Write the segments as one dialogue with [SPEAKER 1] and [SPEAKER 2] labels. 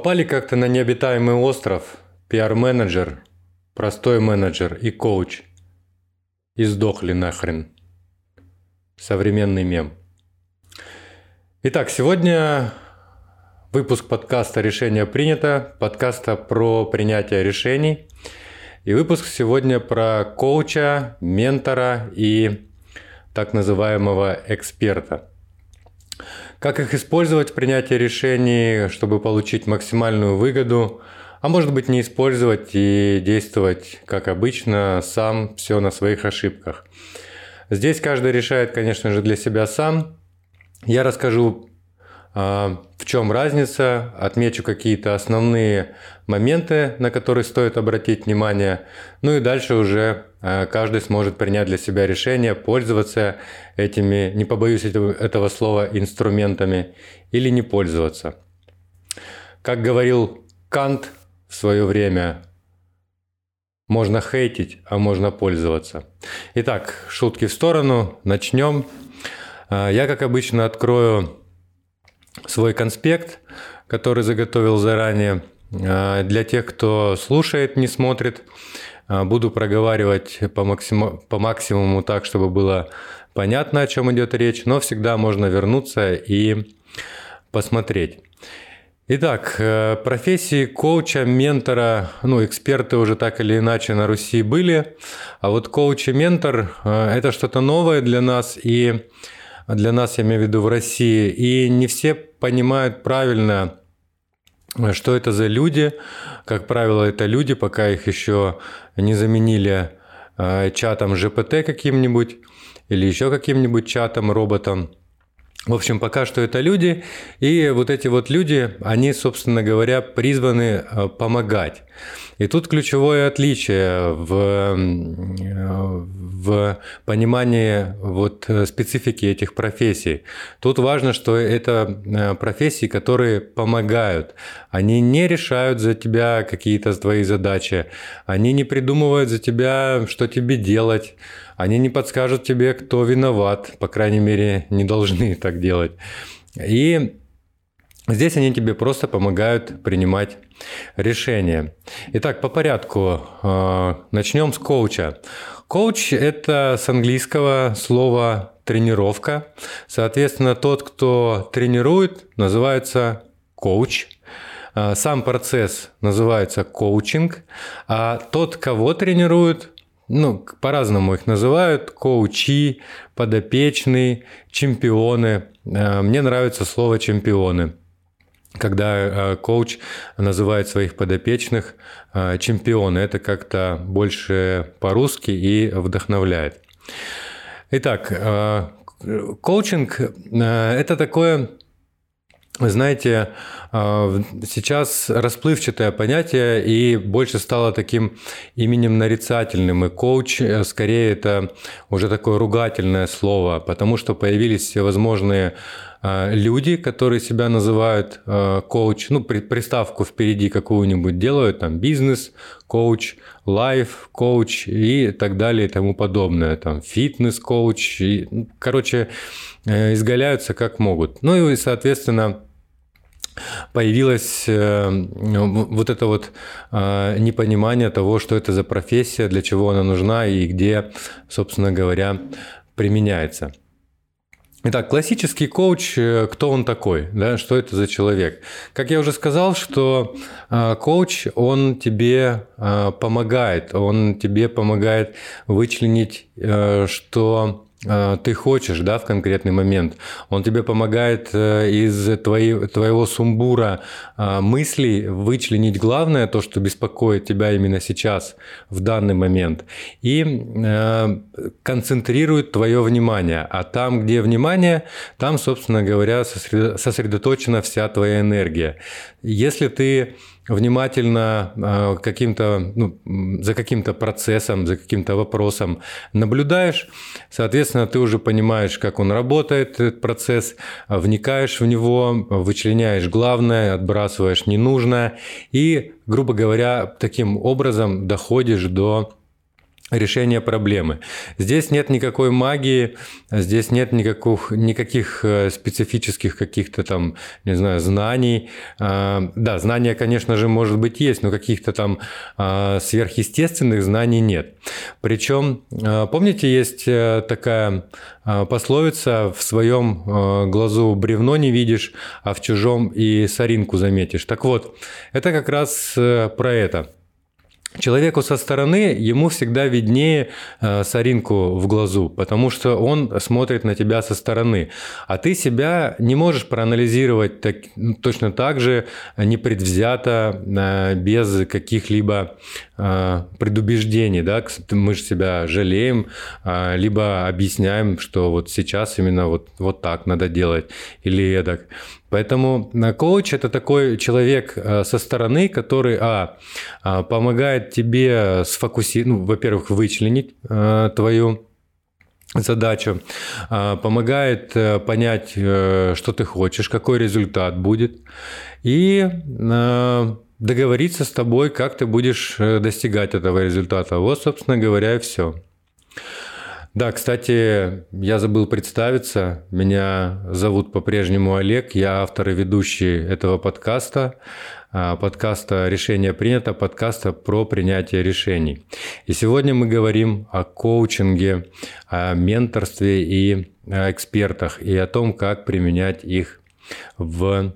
[SPEAKER 1] попали как-то на необитаемый остров, пиар-менеджер, простой менеджер и коуч, и сдохли нахрен. Современный мем. Итак, сегодня выпуск подкаста «Решение принято», подкаста про принятие решений. И выпуск сегодня про коуча, ментора и так называемого эксперта. Как их использовать в принятии решений, чтобы получить максимальную выгоду, а может быть не использовать и действовать, как обычно, сам, все на своих ошибках. Здесь каждый решает, конечно же, для себя сам. Я расскажу, в чем разница, отмечу какие-то основные моменты, на которые стоит обратить внимание. Ну и дальше уже каждый сможет принять для себя решение, пользоваться этими, не побоюсь этого слова, инструментами или не пользоваться. Как говорил Кант в свое время, можно хейтить, а можно пользоваться. Итак, шутки в сторону, начнем. Я, как обычно, открою свой конспект, который заготовил заранее. Для тех, кто слушает, не смотрит, буду проговаривать по максимуму так, чтобы было понятно, о чем идет речь, но всегда можно вернуться и посмотреть. Итак, профессии коуча, ментора, эксперты уже так или иначе на Руси были, а вот коуч и ментор – это что-то новое для нас, и для нас, я имею в виду, в России, и не все понимают правильно, что это за люди. Как правило, это люди, пока их еще не заменили чатом ЖПТ каким-нибудь или еще каким-нибудь чатом, роботом. В общем, пока что это люди, и вот эти вот люди, они, собственно говоря, призваны помогать. И тут ключевое отличие в понимании специфики этих профессий. Тут важно, что это профессии, которые помогают. Они не решают за тебя какие-то твои задачи, они не придумывают за тебя, что тебе делать, они не подскажут тебе, кто виноват, по крайней мере, не должны так делать. И здесь они тебе просто помогают принимать решения. Итак, по порядку. Начнем с коуча. Коуч – это с английского слова «тренировка». Соответственно, тот, кто тренирует, называется коуч. Сам процесс называется коучинг. А тот, кого тренируют, по-разному их называют: коучи, подопечные, чемпионы. Мне нравится слово «чемпионы», когда коуч называет своих подопечных чемпионы. Это как-то больше по-русски и вдохновляет. Итак, коучинг – это такое, знаете, сейчас расплывчатое понятие и больше стало таким именем нарицательным. И коуч, скорее, это уже такое ругательное слово, потому что появились всевозможные люди, которые себя называют коуч, приставку впереди какую-нибудь делают, там бизнес, коуч, лайф, коуч и так далее и тому подобное, там фитнес-коуч, изгаляются как могут. И, соответственно, появилось непонимание того, что это за профессия, для чего она нужна и где, собственно говоря, применяется. Итак, классический коуч, кто он такой, да, что это за человек? Как я уже сказал, что коуч, он тебе помогает вычленить, что ты хочешь, да, в конкретный момент. Он тебе помогает из твоего сумбура мыслей вычленить главное, то, что беспокоит тебя именно сейчас, в данный момент, и концентрирует твое внимание. А там, где внимание, там, собственно говоря, сосредоточена вся твоя энергия. Если ты внимательно за каким-то процессом, за каким-то вопросом наблюдаешь, соответственно, ты уже понимаешь, как он работает, этот процесс, вникаешь в него, вычленяешь главное, отбрасываешь ненужное и, грубо говоря, таким образом доходишь до решения проблемы. Здесь нет никакой магии, здесь нет никаких специфических каких-то там, не знаю, знаний. Да, знания, конечно же, может быть, есть, но каких-то там сверхъестественных знаний нет. Причем, помните, есть такая пословица: в своем глазу бревно не видишь, а в чужом и соринку заметишь. Так вот, это как раз про это. Человеку со стороны, ему всегда виднее соринку в глазу, потому что он смотрит на тебя со стороны. А ты себя не можешь проанализировать точно так же непредвзято, без каких-либо предубеждений. Да? Мы же себя жалеем, либо объясняем, что вот сейчас именно вот так надо делать или эдак. Поэтому коуч – это такой человек со стороны, который помогает тебе сфокусировать, во-первых, вычленить твою задачу, помогает понять, что ты хочешь, какой результат будет, и договориться с тобой, как ты будешь достигать этого результата. Вот, собственно говоря, и все. Да, кстати, я забыл представиться. Меня зовут по-прежнему Олег. Я автор и ведущий этого подкаста. Подкаста «Решение принято», подкаста про принятие решений. И сегодня мы говорим о коучинге, о менторстве и о экспертах, и о том, как применять их в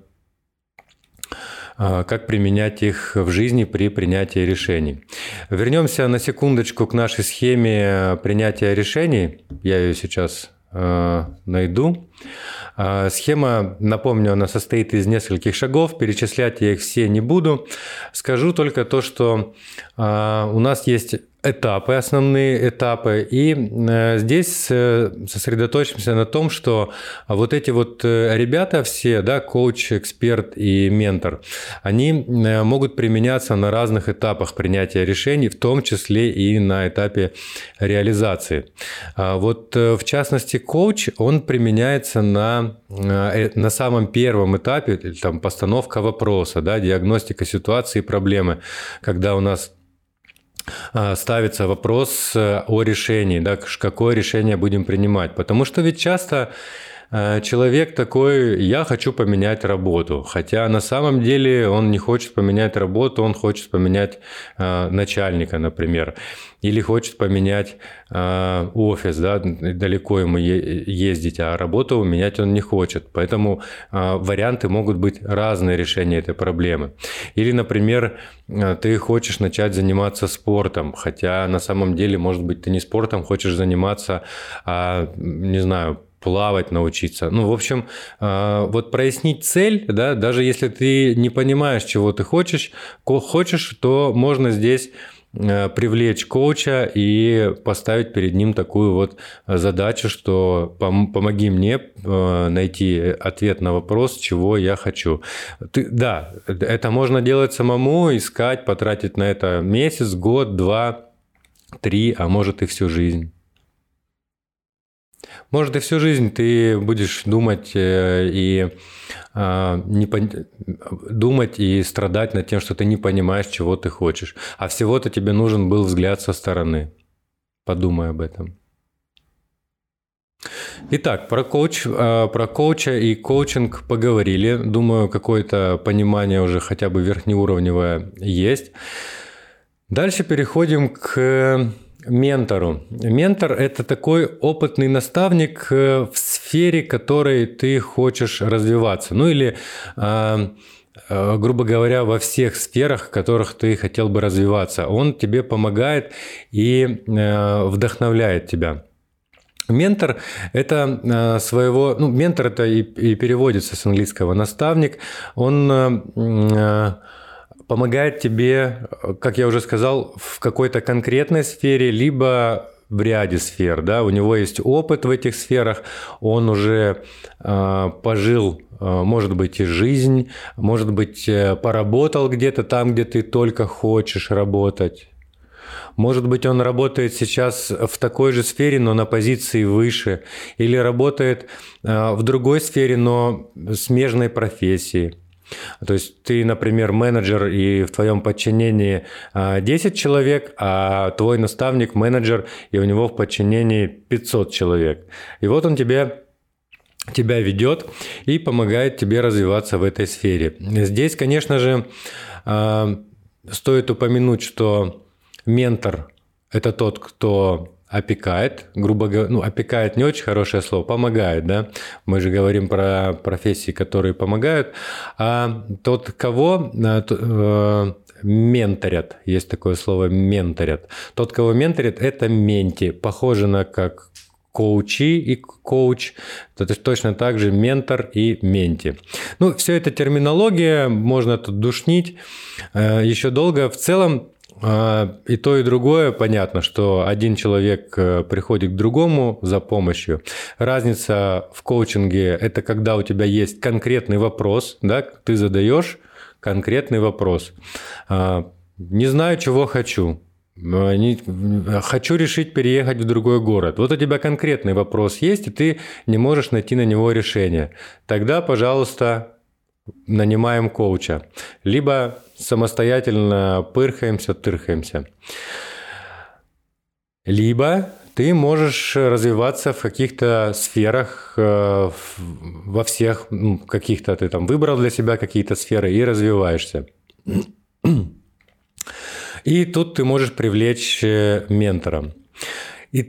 [SPEAKER 1] жизни при принятии решений. Вернемся на секундочку к нашей схеме принятия решений. Я ее сейчас найду. Схема, напомню, она состоит из нескольких шагов. Перечислять я их все не буду. Скажу только то, что у нас есть этапы, основные этапы. И здесь сосредоточимся на том, что вот эти вот ребята все, да, коуч, эксперт и ментор, они могут применяться на разных этапах принятия решений, в том числе и на этапе реализации. Вот в частности, коуч, он применяется на самом первом этапе, там, постановка вопроса, да, диагностика ситуации и проблемы, когда у нас ставится вопрос о решении, да, какое решение будем принимать. Потому что ведь часто человек такой: я хочу поменять работу. Хотя на самом деле он не хочет поменять работу, он хочет поменять начальника, например. Или хочет поменять офис, да, далеко ему ездить, а работу менять он не хочет. Поэтому варианты могут быть разные решения этой проблемы. Или, например, ты хочешь начать заниматься спортом, хотя на самом деле, может быть, ты не спортом хочешь заниматься, а, не знаю, плавать научиться. Ну, в общем, вот прояснить цель, да, даже если ты не понимаешь, чего ты хочешь, то можно здесь привлечь коуча и поставить перед ним такую вот задачу, что помоги мне найти ответ на вопрос, чего я хочу. Да, это можно делать самому, искать, потратить на это месяц, год, 2, 3, а может и всю жизнь. Может, и всю жизнь ты будешь думать думать и страдать над тем, что ты не понимаешь, чего ты хочешь. А всего-то тебе нужен был взгляд со стороны. Подумай об этом. Итак, про коуча и коучинг поговорили. Думаю, какое-то понимание уже хотя бы верхнеуровневое есть. Дальше переходим к ментору. Ментор – это такой опытный наставник в сфере, в которой ты хочешь развиваться. Ну или, грубо говоря, во всех сферах, в которых ты хотел бы развиваться. Он тебе помогает и вдохновляет тебя. Ментор – это ментор – это и переводится с английского наставник. Он помогает тебе, как я уже сказал, в какой-то конкретной сфере, либо в ряде сфер. Да? У него есть опыт в этих сферах, он уже пожил, может быть, и жизнь, может быть, поработал где-то там, где ты только хочешь работать. Может быть, он работает сейчас в такой же сфере, но на позиции выше, или работает в другой сфере, но смежной профессии. То есть ты, например, менеджер, и в твоем подчинении 10 человек, а твой наставник менеджер, и у него в подчинении 500 человек. И вот он тебя ведет и помогает тебе развиваться в этой сфере. Здесь, конечно же, стоит упомянуть, что ментор – это тот, кто опекает, грубо говоря, опекает не очень хорошее слово, помогает, да, мы же говорим про профессии, которые помогают, а тот, кого менторят, есть такое слово менторят, тот, кого менторят, это менти, похоже на как коучи и коуч, то есть точно так же ментор и менти. Все это терминология, можно тут душнить еще долго. В целом, и то, и другое понятно, что один человек приходит к другому за помощью. Разница в коучинге – это когда у тебя есть конкретный вопрос, да, ты задаешь конкретный вопрос. Не знаю, чего хочу. Хочу решить переехать в другой город. Вот у тебя конкретный вопрос есть, и ты не можешь найти на него решение. Тогда, пожалуйста, нанимаем коуча. Либо самостоятельно тырхаемся. Либо ты можешь развиваться в каких-то сферах, во всех, каких-то ты там выбрал для себя какие-то сферы и развиваешься. И тут ты можешь привлечь ментора. И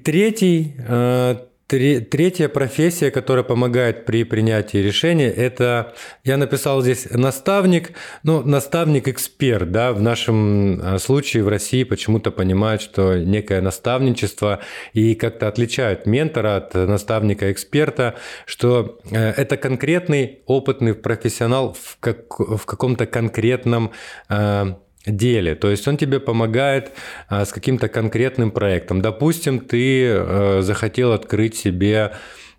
[SPEAKER 1] третья профессия, которая помогает при принятии решения, это, я написал здесь наставник, наставник-эксперт, да, в нашем случае в России почему-то понимают, что некое наставничество и как-то отличают ментора от наставника-эксперта, что это конкретный опытный профессионал в каком-то конкретном деле. То есть он тебе помогает с каким-то конкретным проектом. Допустим, ты захотел открыть себе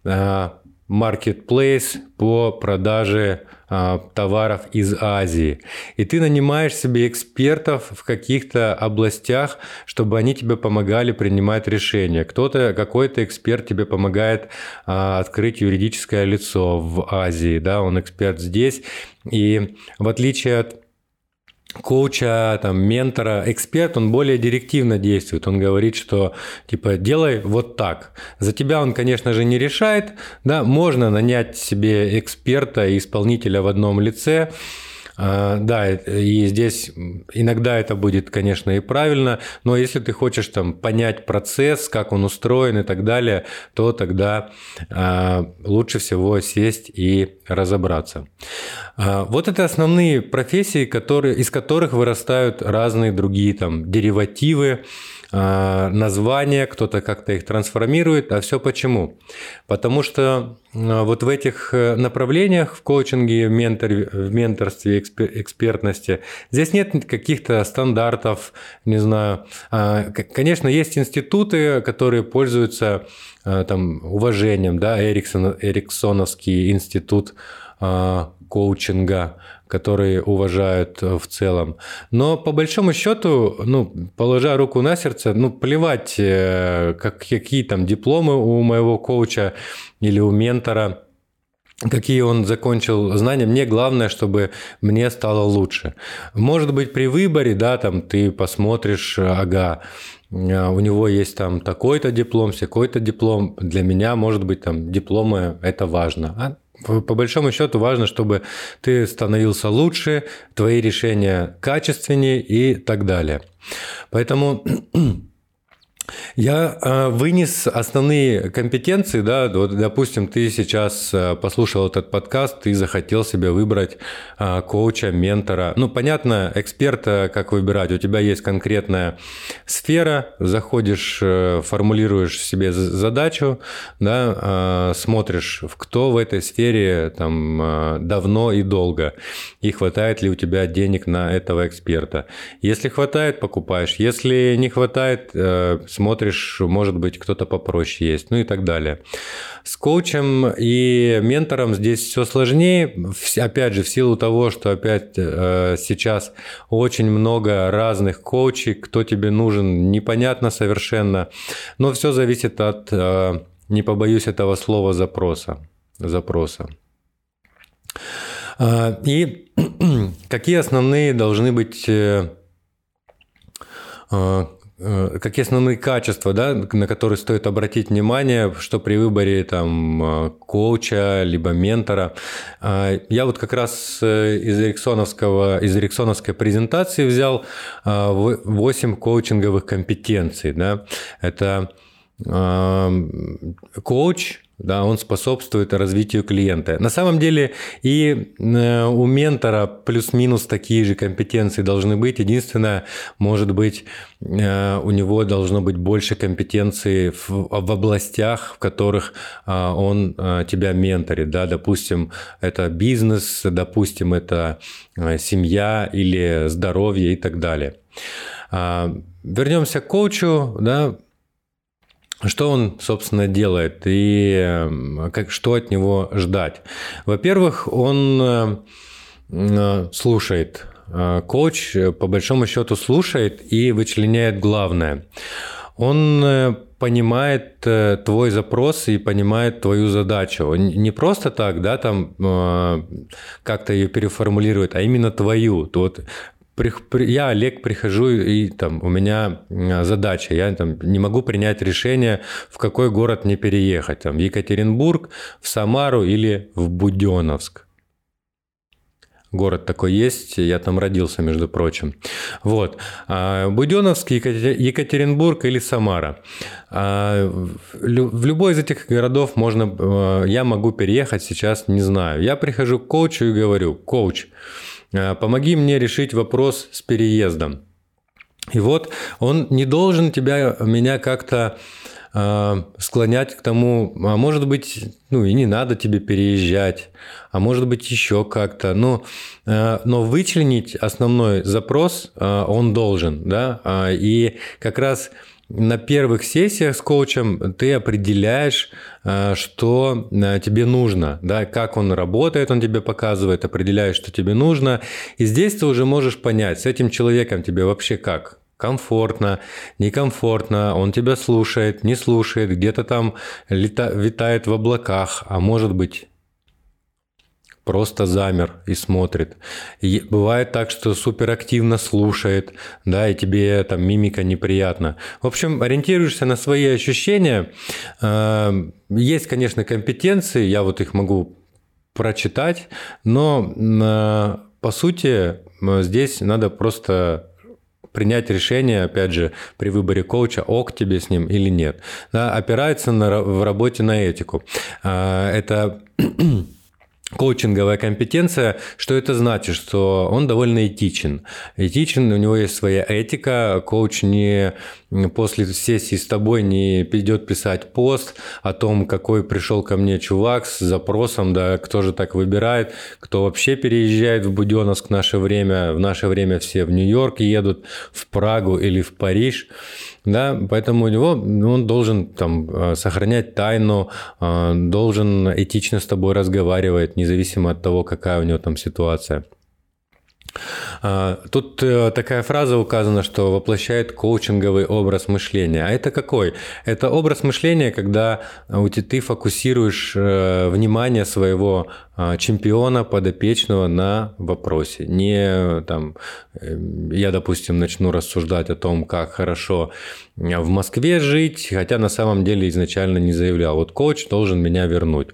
[SPEAKER 1] marketplace по продаже товаров из Азии. И ты нанимаешь себе экспертов в каких-то областях, чтобы они тебе помогали принимать решения. Какой-то эксперт тебе помогает открыть юридическое лицо в Азии. Да, он эксперт здесь. И в отличие от коуча, ментора, эксперт, он более директивно действует. Он говорит, что делай вот так. За тебя он, конечно же, не решает. Да, можно нанять себе эксперта и исполнителя в одном лице. Да, и здесь иногда это будет, конечно, и правильно, но если ты хочешь понять процесс, как он устроен и так далее, то тогда лучше всего сесть и разобраться. Вот это основные профессии, из которых вырастают разные другие деривативы, названия, кто-то как-то их трансформирует. А все почему? Потому что вот в этих направлениях, в коучинге, в менторстве, экспертности, здесь нет каких-то стандартов, не знаю. Конечно, есть институты, которые пользуются уважением, да, Эриксоновский институт коучинга, которые уважают в целом. Но по большому счету, положа руку на сердце, плевать, какие дипломы у моего коуча или у ментора, какие он закончил знания. Мне главное, чтобы мне стало лучше. Может быть, при выборе, да, ты посмотришь, у него есть такой-то диплом, сякой-то диплом. Для меня, может быть, дипломы – это важно. По большому счету важно, чтобы ты становился лучше, твои решения качественнее и так далее. Поэтому я вынес основные компетенции, да, вот, допустим, ты сейчас послушал этот подкаст, ты захотел себе выбрать коуча, ментора. Понятно, эксперта как выбирать, у тебя есть конкретная сфера, заходишь, формулируешь себе задачу, да, смотришь, кто в этой сфере давно и долго, и хватает ли у тебя денег на этого эксперта. Если хватает, покупаешь, если не хватает, смотришь, может быть, кто-то попроще есть, и так далее. С коучем и ментором здесь все сложнее, опять же, в силу того, что сейчас очень много разных коучей, кто тебе нужен, непонятно совершенно, но все зависит от, не побоюсь этого слова, запроса. И какие основные должны быть, какие основные качества, да, на которые стоит обратить внимание, что при выборе там, коуча либо ментора. Я вот как раз из эриксоновской презентации взял 8 коучинговых компетенций. Да. Это коуч, да, он способствует развитию клиента. На самом деле и у ментора плюс-минус такие же компетенции должны быть. Единственное, может быть, у него должно быть больше компетенций в областях, в которых он тебя менторит. Да? Допустим, это бизнес, допустим, это семья или здоровье и так далее. Вернемся к коучу, да. Что он, собственно, делает и что от него ждать? Во-первых, он слушает. Коуч, по большому счету, слушает и вычленяет главное. Он понимает твой запрос и понимает твою задачу. Не просто так, да, там как-то ее переформулирует, а именно твою. Вот я, Олег, прихожу, и там у меня задача, я там не могу принять решение, в какой город мне переехать, там, в Екатеринбург, в Самару или в Буденновск. Город такой есть, я там родился, между прочим. Вот. Буденновск, Екатеринбург или Самара. В любой из этих городов я могу переехать сейчас, не знаю. Я прихожу к коучу и говорю: коуч, помоги мне решить вопрос с переездом. И вот он не должен меня как-то склонять к тому, а может быть, и не надо тебе переезжать, а может быть, еще как-то. Но вычленить основной запрос он должен. Да? И как раз на первых сессиях с коучем ты определяешь, что тебе нужно, да, как он работает, он тебе показывает, определяешь, что тебе нужно. И здесь ты уже можешь понять, с этим человеком тебе вообще как? Комфортно, некомфортно, он тебя слушает, не слушает, где-то там витает в облаках, а может быть, просто замер и смотрит. И бывает так, что суперактивно слушает, да, и тебе там мимика неприятна. В общем, ориентируешься на свои ощущения. Есть, конечно, компетенции, я вот их могу прочитать, но по сути здесь надо просто принять решение, опять же, при выборе коуча, ок тебе с ним или нет. Да, опирается в работе на этику. Это коучинговая компетенция. Что это значит? Что он довольно этичен. Этичен, у него есть своя этика. Коуч не после сессии с тобой не идет писать пост о том, какой пришел ко мне чувак с запросом, да, кто же так выбирает, кто вообще переезжает в Буденновск в наше время. В наше время все в Нью-Йорк едут, в Прагу или в Париж. Да, поэтому он должен там сохранять тайну, должен этично с тобой разговаривать, независимо от того, какая у него там ситуация. Тут такая фраза указана, что воплощает коучинговый образ мышления. А это какой? Это образ мышления, когда ты фокусируешь внимание своего чемпиона, подопечного на вопросе. Не там, я, допустим, начну рассуждать о том, как хорошо в Москве жить, хотя на самом деле изначально не заявлял. Вот коуч должен меня вернуть.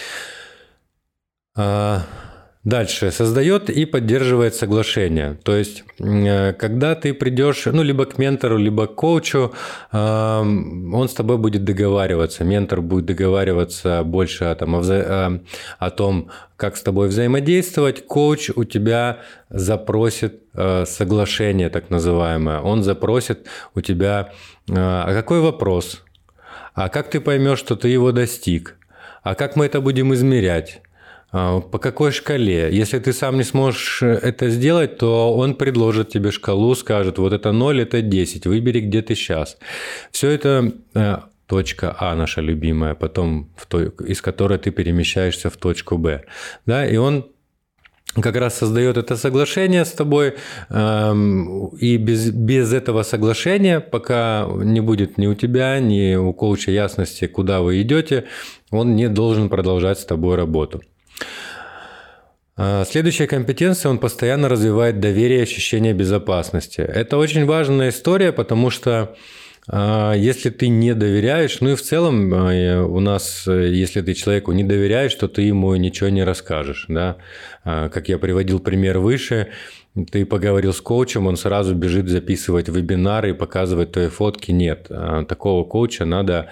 [SPEAKER 1] Дальше. Создает и поддерживает соглашение. То есть, когда ты придешь, либо к ментору, либо к коучу, он с тобой будет договариваться. Ментор будет договариваться больше о том, как с тобой взаимодействовать. Коуч у тебя запросит соглашение, так называемое. Он запросит у тебя, а какой вопрос? А как ты поймешь, что ты его достиг? А как мы это будем измерять? По какой шкале? Если ты сам не сможешь это сделать, то он предложит тебе шкалу, скажет, вот это 0, это 10, выбери, где ты сейчас. Все это точка А наша любимая, потом из которой ты перемещаешься в точку Б. Да? И он как раз создает это соглашение с тобой, и без этого соглашения, пока не будет ни у тебя, ни у коуча ясности, куда вы идете, он не должен продолжать с тобой работу. Следующая компетенция, он постоянно развивает доверие и ощущение безопасности. Это очень важная история, потому что если ты не доверяешь, ну и в целом у нас, если ты человеку не доверяешь, то ты ему ничего не расскажешь. Да? Как я приводил пример выше, ты поговорил с коучем, он сразу бежит записывать вебинары и показывать твои фотки. Нет, такого коуча надо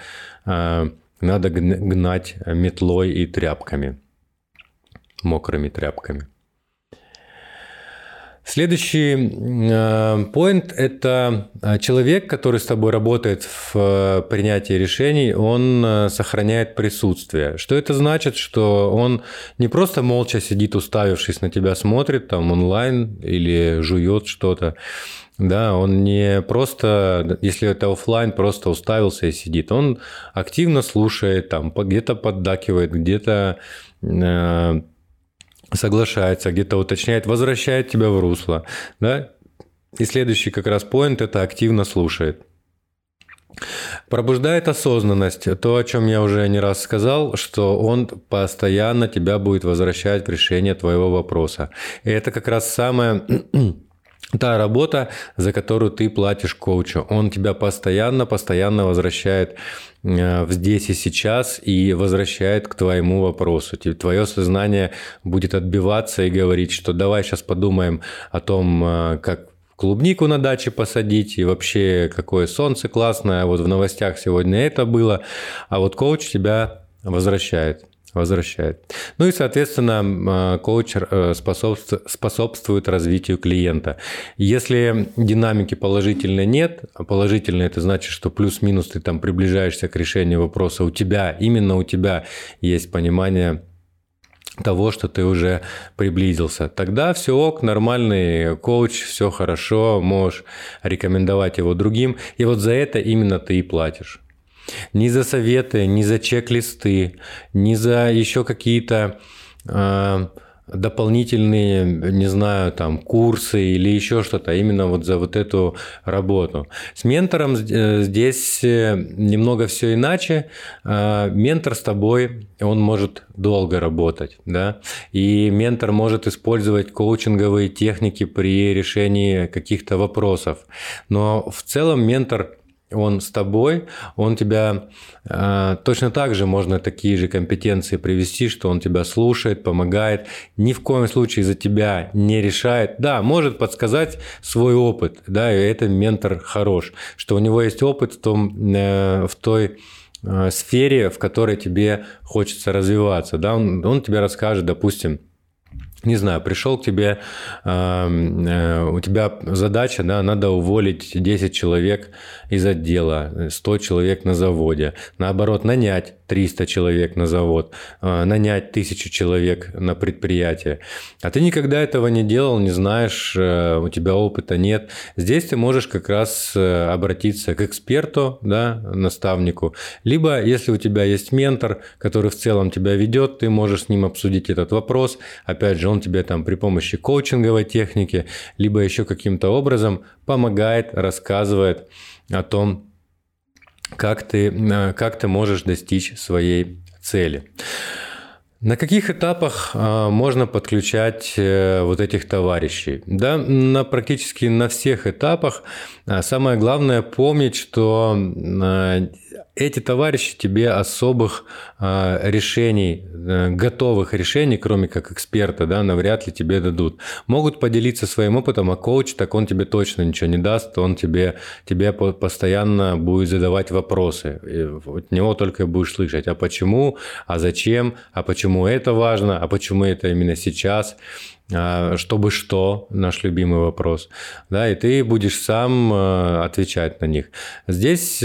[SPEAKER 1] гнать метлой и тряпками, мокрыми тряпками. Следующий поинт – это человек, который с тобой работает в принятии решений, он сохраняет присутствие. Что это значит? Что он не просто молча сидит, уставившись на тебя, смотрит там онлайн или жует что-то. Да, он не просто, если это офлайн, просто уставился и сидит. Он активно слушает, там, где-то поддакивает, где-то соглашается, где-то уточняет, возвращает тебя в русло. Да? И следующий как раз поинт – это активно слушает. Пробуждает осознанность. То, о чем я уже не раз сказал, что он постоянно тебя будет возвращать в решение твоего вопроса. И это как раз самая та работа, за которую ты платишь коучу. Он тебя постоянно возвращает в здесь и сейчас и возвращает к твоему вопросу. Твое сознание будет отбиваться и говорить, что давай сейчас подумаем о том, как клубнику на даче посадить, и вообще какое солнце классное, вот в новостях сегодня это было, а вот коуч тебя возвращает. Ну и, соответственно, коуч способствует развитию клиента. Если динамики положительной нет, а положительной это значит, что плюс-минус ты там приближаешься к решению вопроса, именно у тебя есть понимание того, что ты уже приблизился. Тогда все ок, нормальный коуч, все хорошо, можешь рекомендовать его другим. И вот за это именно ты и платишь. Ни за советы, ни за чек-листы, ни за еще какие-то дополнительные, не знаю, там, курсы или еще что-то, именно вот за вот эту работу. С ментором здесь немного все иначе. Ментор с тобой, он может долго работать, да, и ментор может использовать коучинговые техники при решении каких-то вопросов. Но в целом ментор, он с тобой, он тебя точно так же можно такие же компетенции привести, что он тебя слушает, помогает, ни в коем случае за тебя не решает. Да, может подсказать свой опыт, да, и это ментор хорош, что у него есть опыт в той сфере, в которой тебе хочется развиваться, да, он тебе расскажет, допустим, не знаю, пришел к тебе, у тебя задача, да, надо уволить 10 человек из отдела, 100 человек на заводе. Наоборот, нанять 300 человек на завод, нанять 1000 человек на предприятие. А ты никогда этого не делал, не знаешь, у тебя опыта нет. Здесь ты можешь как раз обратиться к эксперту, да, наставнику. Либо, если у тебя есть ментор, который в целом тебя ведет, ты можешь с ним обсудить этот вопрос. Опять же, он тебе там при помощи коучинговой техники, либо еще каким-то образом помогает, рассказывает о том, как ты можешь достичь своей цели. На каких этапах можно подключать вот этих товарищей? Да, практически на всех этапах. Самое главное помнить, что эти товарищи тебе особых решений, готовых решений, кроме как эксперта, да, навряд ли тебе дадут. Могут поделиться своим опытом, а коуч, так он тебе точно ничего не даст, он тебе постоянно будет задавать вопросы. И от него только будешь слышать, а почему, а зачем, а почему это важно, а почему это именно сейчас, чтобы что, наш любимый вопрос. Да, и ты будешь сам отвечать на них. Здесь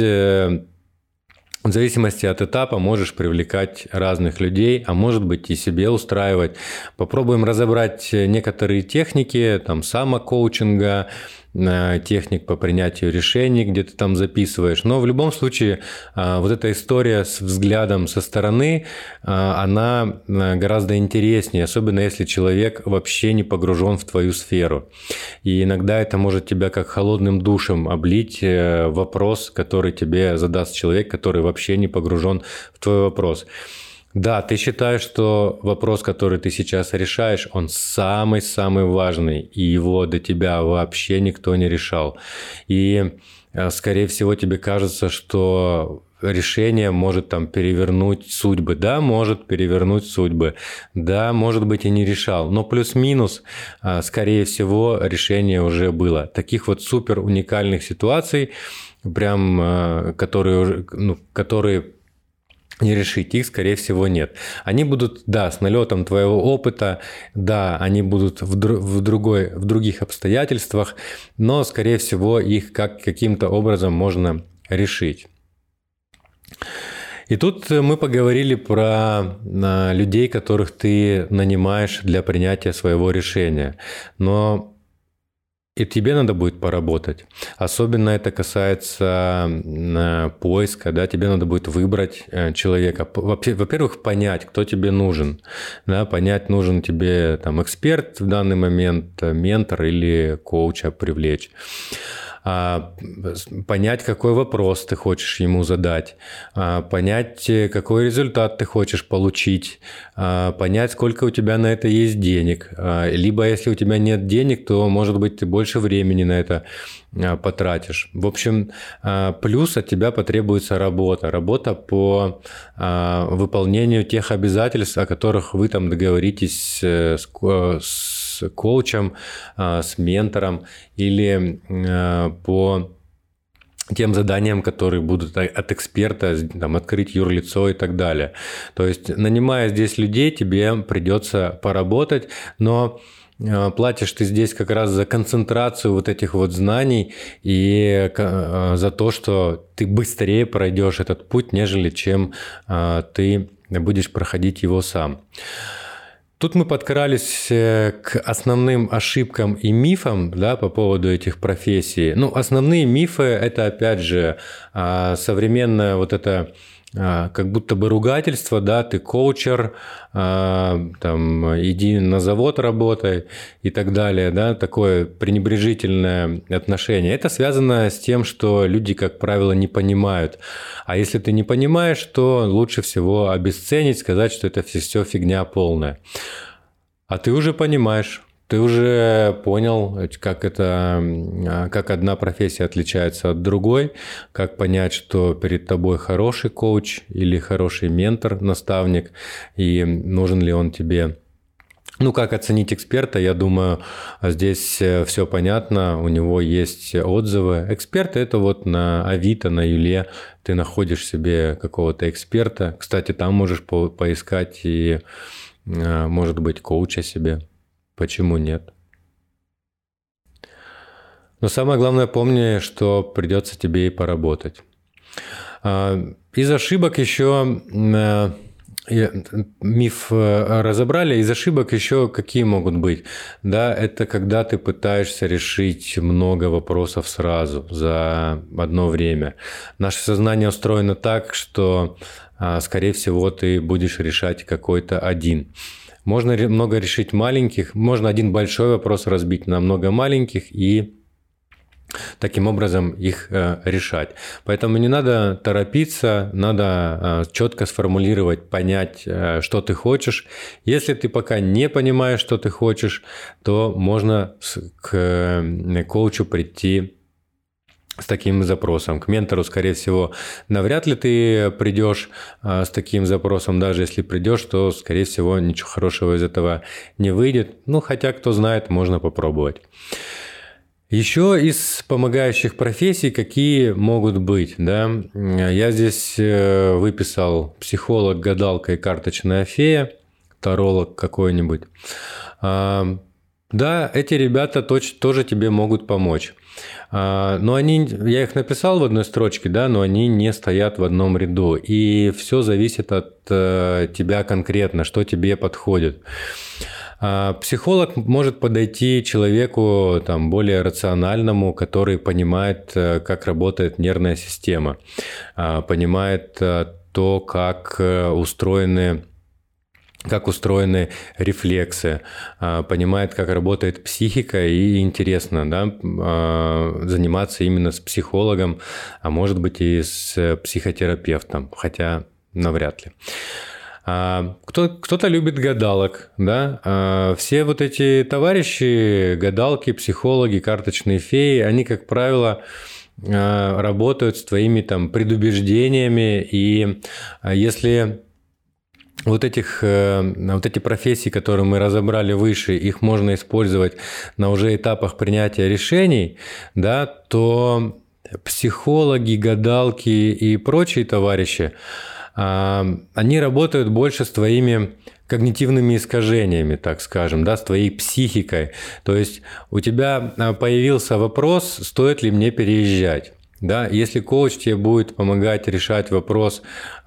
[SPEAKER 1] в зависимости от этапа можешь привлекать разных людей, а может быть и себе устраивать. Попробуем разобрать некоторые техники, там, самокоучинга, техник по принятию решений, где ты там записываешь. Но в любом случае вот эта история с взглядом со стороны, она гораздо интереснее, особенно если человек вообще не погружен в твою сферу. И иногда это может тебя как холодным душем облить вопрос, который тебе задаст человек, который вообще не погружен в твой вопрос. Да, ты считаешь, что вопрос, который ты сейчас решаешь, он самый-самый важный, и его до тебя вообще никто не решал. И, скорее всего, тебе кажется, что решение может там перевернуть судьбы. Да, может перевернуть судьбы. Да, может быть, и не решал. Но плюс-минус, скорее всего, решение уже было. Таких вот супер уникальных ситуаций, прям, которые не решить, их, скорее всего, нет. Они будут, да, с налетом твоего опыта, да, они будут в других обстоятельствах, но, скорее всего, их каким-то образом можно решить. И тут мы поговорили про людей, которых ты нанимаешь для принятия своего решения. Но и тебе надо будет поработать. Особенно это касается поиска, да, тебе надо будет выбрать человека. Во-первых, понять, кто тебе нужен. Да, понять, нужен тебе там эксперт в данный момент, ментор или коуча привлечь. Понять, какой вопрос ты хочешь ему задать, понять, какой результат ты хочешь получить, понять, сколько у тебя на это есть денег. Либо если у тебя нет денег, то, может быть, ты больше времени на это потратишь. В общем, плюс от тебя потребуется работа. Работа по выполнению тех обязательств, о которых вы там договоритесь с коучем, с ментором или по тем заданиям, которые будут от эксперта, там, открыть юрлицо и так далее. То есть, нанимая здесь людей, тебе придется поработать, но платишь ты здесь как раз за концентрацию вот этих вот знаний и за то, что ты быстрее пройдешь этот путь, нежели чем ты будешь проходить его сам. Тут мы подкрались к основным ошибкам и мифам, да, по поводу этих профессий. Ну, основные мифы – это, опять же, современное вот это как будто бы ругательство, да, ты коучер, там, иди на завод работай и так далее, да, такое пренебрежительное отношение. Это связано с тем, что люди, как правило, не понимают. А если ты не понимаешь, то лучше всего обесценить, сказать, что это все фигня полная. А ты уже понимаешь. Ты уже понял, как одна профессия отличается от другой, как понять, что перед тобой хороший коуч или хороший ментор, наставник, и нужен ли он тебе. Ну, как оценить эксперта, я думаю, здесь все понятно, у него есть отзывы. Эксперты – это вот на Авито, на Юле ты находишь себе какого-то эксперта. Кстати, там можешь поискать и, может быть, коуча себе. Почему нет? Но самое главное, помни, что придется тебе и поработать. Из ошибок еще миф разобрали, из ошибок еще какие могут быть? Да, это когда ты пытаешься решить много вопросов сразу за одно время. Наше сознание устроено так, что, скорее всего, ты будешь решать какой-то один. Можно много решить маленьких, можно один большой вопрос разбить на много маленьких и таким образом их решать. Поэтому не надо торопиться, надо четко сформулировать, понять, что ты хочешь. Если ты пока не понимаешь, что ты хочешь, то можно к коучу прийти с таким запросом. К ментору, скорее всего, навряд ли ты придешь с таким запросом. Даже если придешь, то, скорее всего, ничего хорошего из этого не выйдет. Ну, хотя, кто знает, можно попробовать. Еще из помогающих профессий какие могут быть? Да? Я здесь выписал психолог, гадалка и карточная фея, таролог какой-нибудь. Да, эти ребята тоже тебе могут помочь. Но я их написал в одной строчке, да, но они не стоят в одном ряду. И все зависит от тебя конкретно, что тебе подходит. Психолог может подойти человеку там, более рациональному, который понимает, как работает нервная система, понимает то, как устроены рефлексы, понимает, как работает психика, и интересно, да, заниматься именно с психологом, а может быть и с психотерапевтом, хотя навряд ли. Кто-то любит гадалок, да. Все вот эти товарищи, гадалки, психологи, карточные феи, они, как правило, работают с твоими там предубеждениями, и если вот эти профессии, которые мы разобрали выше, их можно использовать на уже этапах принятия решений, да, то психологи, гадалки и прочие товарищи, они работают больше с твоими когнитивными искажениями, так скажем, да, с твоей психикой. То есть у тебя появился вопрос, стоит ли мне переезжать. Да, если коуч тебе будет помогать решать вопрос,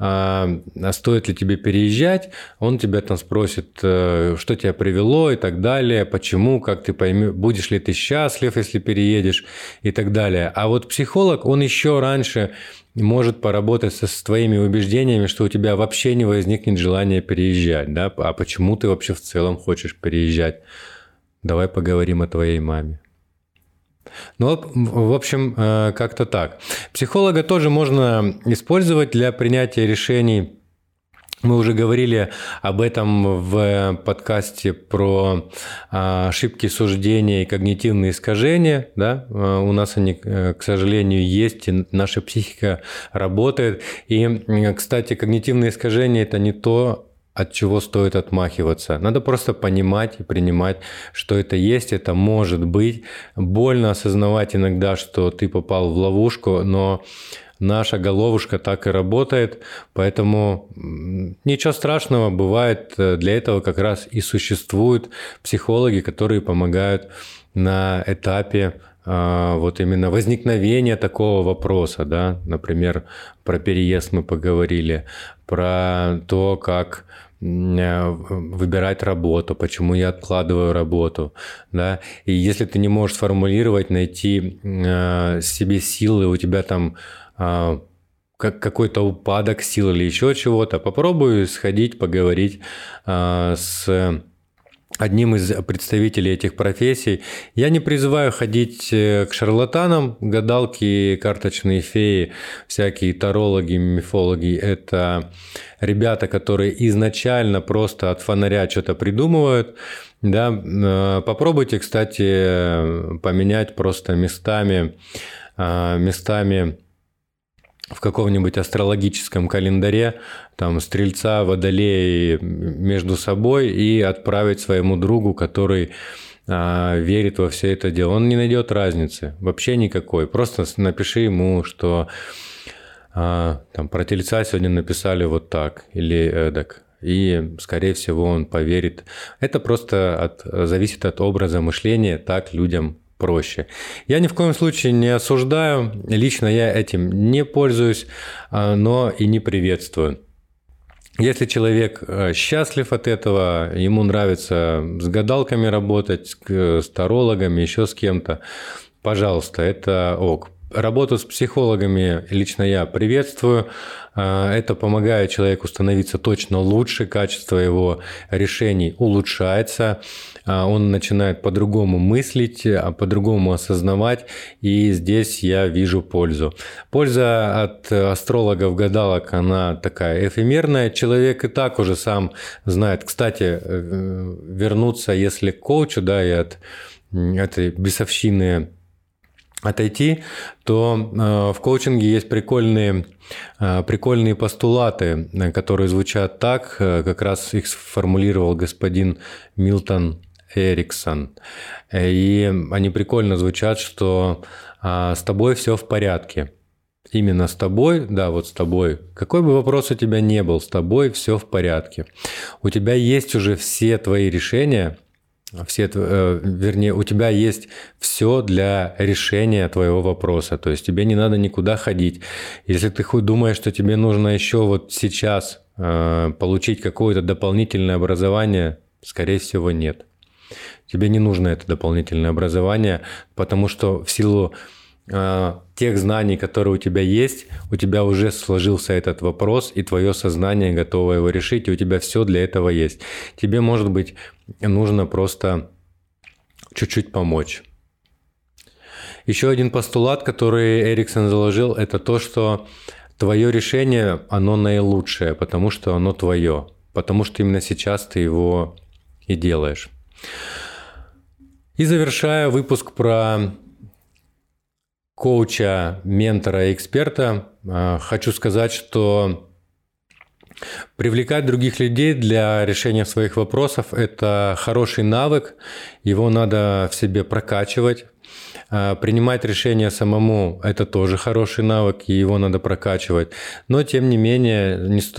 [SPEAKER 1] стоит ли тебе переезжать, он тебя там спросит, что тебя привело и так далее, почему, как ты поймешь, будешь ли ты счастлив, если переедешь и так далее. А вот психолог, он еще раньше может поработать с твоими убеждениями, что у тебя вообще не возникнет желания переезжать, да, а почему ты вообще в целом хочешь переезжать? Давай поговорим о твоей маме. Ну, в общем, как-то так. Психолога тоже можно использовать для принятия решений. Мы уже говорили об этом в подкасте про ошибки суждения и когнитивные искажения. Да? У нас они, к сожалению, есть, и наша психика работает. И, кстати, когнитивные искажения – это не то, от чего стоит отмахиваться. Надо просто понимать и принимать, что это есть, это может быть. Больно осознавать иногда, что ты попал в ловушку, но наша головушка так и работает, поэтому ничего страшного, бывает. Для этого как раз и существуют психологи, которые помогают на этапе вот именно возникновения такого вопроса, да, например, про переезд мы поговорили, про то, как выбирать работу, почему я откладываю работу, да, и если ты не можешь сформулировать, найти себе силы, у тебя там какой-то упадок сил или еще чего-то, попробуй сходить, поговорить с одним из представителей этих профессий. Я не призываю ходить к шарлатанам, гадалки, карточные феи, всякие тарологи, мифологи. Это ребята, которые изначально просто от фонаря что-то придумывают. Да. Попробуйте, кстати, поменять просто местами в каком-нибудь астрологическом календаре там Стрельца, Водолея между собой и отправить своему другу, который верит во все это дело. Он не найдет разницы, вообще никакой. Просто напиши ему, что там про Тельца сегодня написали вот так или эдак. И, скорее всего, он поверит. Это просто зависит от образа мышления, так людям проще. Я ни в коем случае не осуждаю, лично я этим не пользуюсь, но и не приветствую. Если человек счастлив от этого, ему нравится с гадалками работать, с тарологами, еще с кем-то, пожалуйста, это ок. Работу с психологами лично я приветствую. Это помогает человеку становиться точно лучше, качество его решений улучшается, он начинает по-другому мыслить, по-другому осознавать, и здесь я вижу пользу. Польза от астрологов, гадалок, она такая эфемерная, человек и так уже сам знает. Кстати, вернуться, если к коучу, да, и от этой бесовщины отойти, то в коучинге есть прикольные постулаты, которые звучат так, как раз их сформулировал господин Милтон Эриксон. И они прикольно звучат, что с тобой все в порядке. Именно с тобой, да, вот с тобой. Какой бы вопрос у тебя ни был, с тобой все в порядке. У тебя есть уже все твои решения, у тебя есть все для решения твоего вопроса. То есть тебе не надо никуда ходить. Если ты думаешь, что тебе нужно еще вот сейчас получить какое-то дополнительное образование, скорее всего, нет. Тебе не нужно это дополнительное образование, потому что в силу тех знаний, которые у тебя есть, у тебя уже сложился этот вопрос, и твое сознание готово его решить, и у тебя все для этого есть. Тебе, может быть, нужно просто чуть-чуть помочь. Еще один постулат, который Эриксон заложил, это то, что твое решение, оно наилучшее, потому что оно твое. потому что именно сейчас ты его и делаешь. И завершая выпуск про коуча, ментора и эксперта, хочу сказать, что привлекать других людей для решения своих вопросов – это хороший навык, его надо в себе прокачивать. Принимать решения самому – это тоже хороший навык, и его надо прокачивать. Но, тем не менее,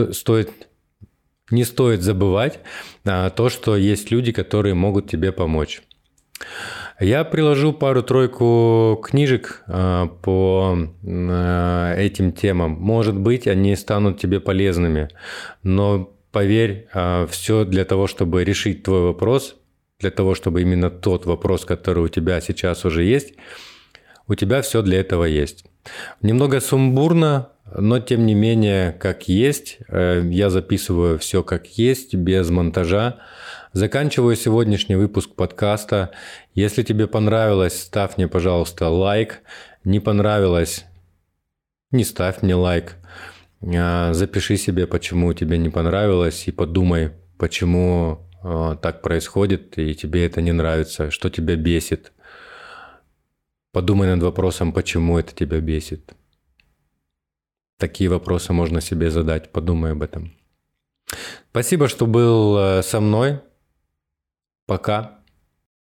[SPEAKER 1] не стоит забывать то, что есть люди, которые могут тебе помочь. Я приложу пару-тройку книжек по этим темам. Может быть, они станут тебе полезными, но поверь, все для того, чтобы решить твой вопрос, для того, чтобы именно тот вопрос, который у тебя сейчас уже есть, у тебя все для этого есть. Немного сумбурно, но тем не менее, как есть. Я записываю все как есть, без монтажа. Заканчиваю сегодняшний выпуск подкаста. Если тебе понравилось, ставь мне, пожалуйста, лайк. Не понравилось, не ставь мне лайк. Запиши себе, почему тебе не понравилось, и подумай, почему так происходит, и тебе это не нравится, что тебя бесит. Подумай над вопросом, почему это тебя бесит. Такие вопросы можно себе задать, подумай об этом. Спасибо, что был со мной. Пока.